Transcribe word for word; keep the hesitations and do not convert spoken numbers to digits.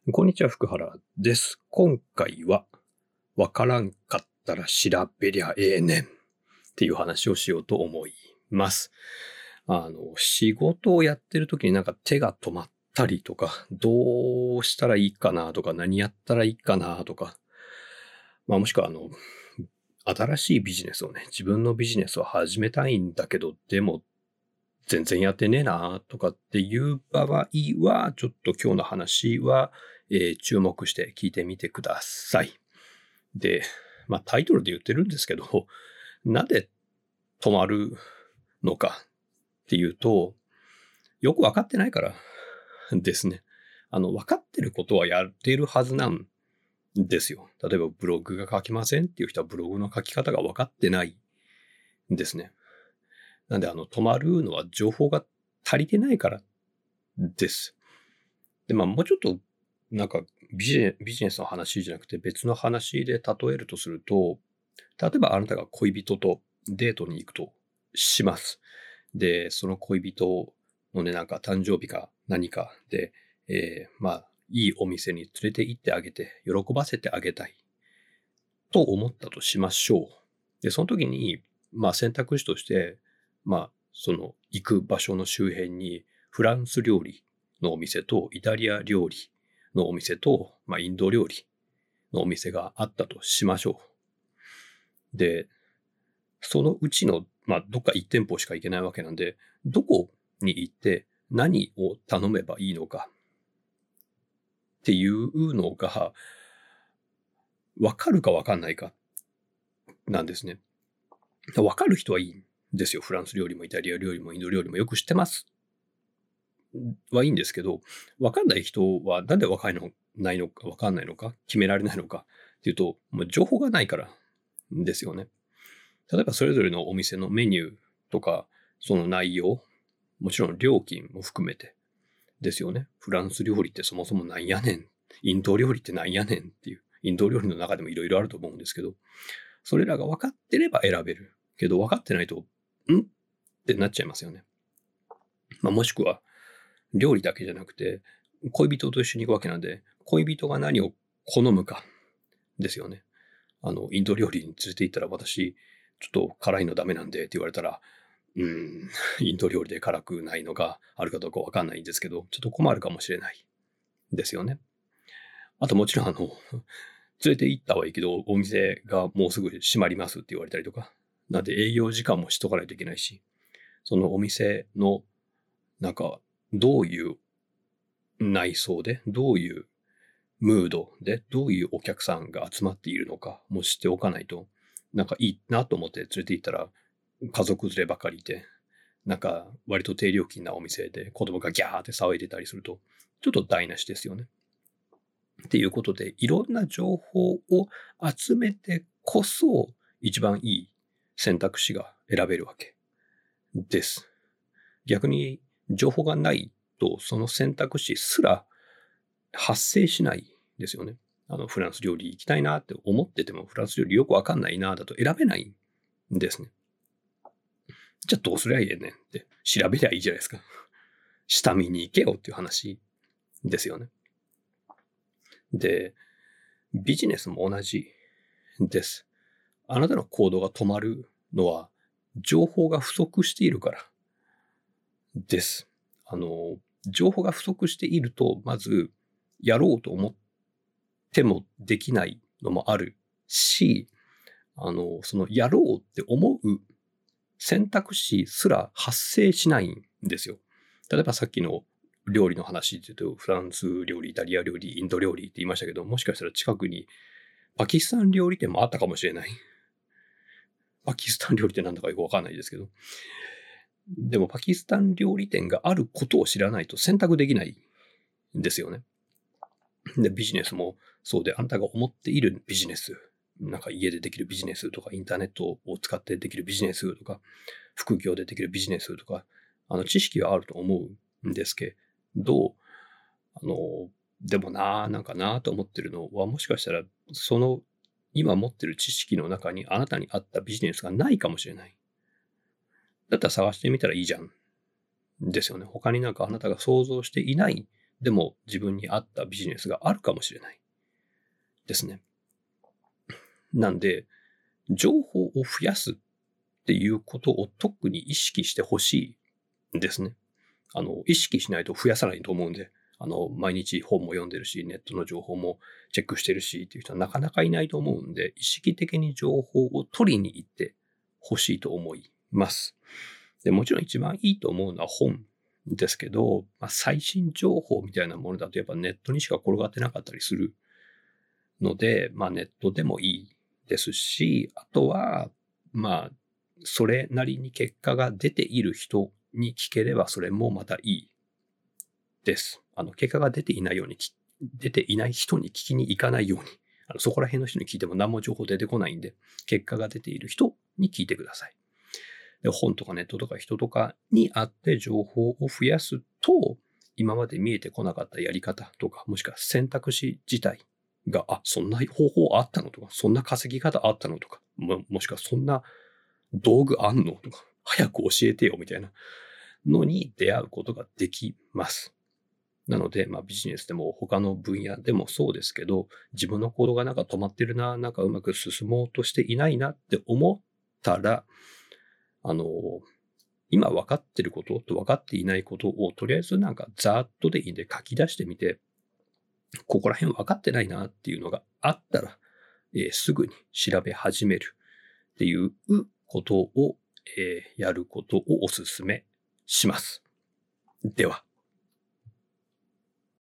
こんにちは、福原です。今回は、わからんかったら調べりゃええねんっていう話をしようと思います。あの、仕事をやってる時になんか手が止まったりとか、どうしたらいいかなとか、何やったらいいかなとか、まあもしくはあの、新しいビジネスをね、自分のビジネスを始めたいんだけど、でも全然やってねえなとかっていう場合は、ちょっと今日の話は、えー注目して聞いてみてください。で、まあタイトルで言ってるんですけど、なんで止まるのかっていうと、よくわかってないからですね。あの、わかってることはやっているはずなんですよ。例えばブログが書きませんっていう人はブログの書き方がわかってないんですね。なんであの、止まるのは情報が足りてないからです。で、まあもうちょっとなんかビジネビジネスの話じゃなくて別の話で例えるとすると、例えばあなたが恋人とデートに行くとします。で、その恋人のね、なんか誕生日か何かで、えーまあ、いいお店に連れて行ってあげて、喜ばせてあげたいと思ったとしましょう。で、その時に、まあ選択肢として、まあ、その行く場所の周辺にフランス料理のお店とイタリア料理のお店と、まあインド料理のお店があったとしましょう。で、そのうちの、まあどっか一店舗しか行けないわけなんで、どこに行って何を頼めばいいのかっていうのが、わかるかわかんないかなんですね。わかる人はいいんですよ。フランス料理もイタリア料理もインド料理もよく知ってますはいいんですけど、わかんない人はなんでわかんないのか、わかんないのか、決められないのかっていうと、もう情報がないからですよね。例えばそれぞれのお店のメニューとか、その内容、もちろん料金も含めてですよね。フランス料理ってそもそもなんやねん。インド料理ってなんやねんっていう。インド料理の中でもいろいろあると思うんですけど、それらが分かってれば選べる。けど分かってないと、んってなっちゃいますよね。まあ、もしくは、料理だけじゃなくて、恋人と一緒に行くわけなんで、恋人が何を好むかですよね。あの、インド料理に連れて行ったら私、ちょっと辛いのダメなんでって言われたら、うーん、インド料理で辛くないのがあるかどうかわかんないんですけど、ちょっと困るかもしれないですよね。あともちろんあの、連れて行ったはいいけど、お店がもうすぐ閉まりますって言われたりとか、なんで営業時間もしとかないといけないし、そのお店の、なんか、どういう内装で、どういうムードで、どういうお客さんが集まっているのかも知っておかないと、なんかいいなと思って連れて行ったら、家族連ればかりいて、なんか割と低料金なお店で子供がギャーって騒いでたりすると、ちょっと台無しですよね。っていうことで、いろんな情報を集めてこそ、一番いい選択肢が選べるわけです。逆に、情報がないと、その選択肢すら発生しないですよね。あの、フランス料理行きたいなって思ってても、フランス料理よくわかんないなだと選べないんですね。じゃあどうすりゃいいねんって調べりゃいいじゃないですか。下見に行けよっていう話ですよね。で、ビジネスも同じです。あなたの行動が止まるのは、情報が不足しているからです。あの、情報が不足していると、まず、やろうと思ってもできないのもあるし、あの、そのやろうって思う選択肢すら発生しないんですよ。例えばさっきの料理の話で言うと、フランス料理、イタリア料理、インド料理って言いましたけど、もしかしたら近くにパキスタン料理店もあったかもしれない。パキスタン料理ってなんだかよくわかんないですけど。でもパキスタン料理店があることを知らないと選択できないんですよね。で、ビジネスもそうで、あなたが思っているビジネス、なんか家でできるビジネスとか、インターネットを使ってできるビジネスとか、副業でできるビジネスとか、あの、知識はあると思うんですけど、あの、でもなぁ、なんかなぁと思ってるのは、もしかしたら、その、今持ってる知識の中にあなたに合ったビジネスがないかもしれない。だったら探してみたらいいじゃん。ですよね。他になんかあなたが想像していないでも自分に合ったビジネスがあるかもしれないですね。なんで、情報を増やすっていうことを特に意識してほしいんですね。あの、意識しないと増やさないと思うんで、あの、毎日本も読んでるし、ネットの情報もチェックしてるしっていう人はなかなかいないと思うんで、意識的に情報を取りに行ってほしいと思います。で、もちろん一番いいと思うのは本ですけど、まあ、最新情報みたいなものだとやっぱネットにしか転がってなかったりするので、まあネットでもいいですし、あとは、まあ、それなりに結果が出ている人に聞ければそれもまたいいです。あの、結果が出ていないように、出ていない人に聞きに行かないように、あのそこら辺の人に聞いても何も情報出てこないんで、結果が出ている人に聞いてください。で、本とかネットとか人とかにあって情報を増やすと、今まで見えてこなかったやり方とか、もしくは選択肢自体が、あ、そんな方法あったのとか、そんな稼ぎ方あったのとか、も、もしくはそんな道具あんのとか、早く教えてよみたいなのに出会うことができます。なので、まあビジネスでも他の分野でもそうですけど、自分の行動がなんか止まってるな、なんかうまく進もうとしていないなって思ったら、あの、今分かってることと分かっていないことをとりあえずなんかざーっとでいいんで書き出してみて、ここら辺分かってないなっていうのがあったら、えー、すぐに調べ始めるっていうことを、えー、やることをお勧めします。では。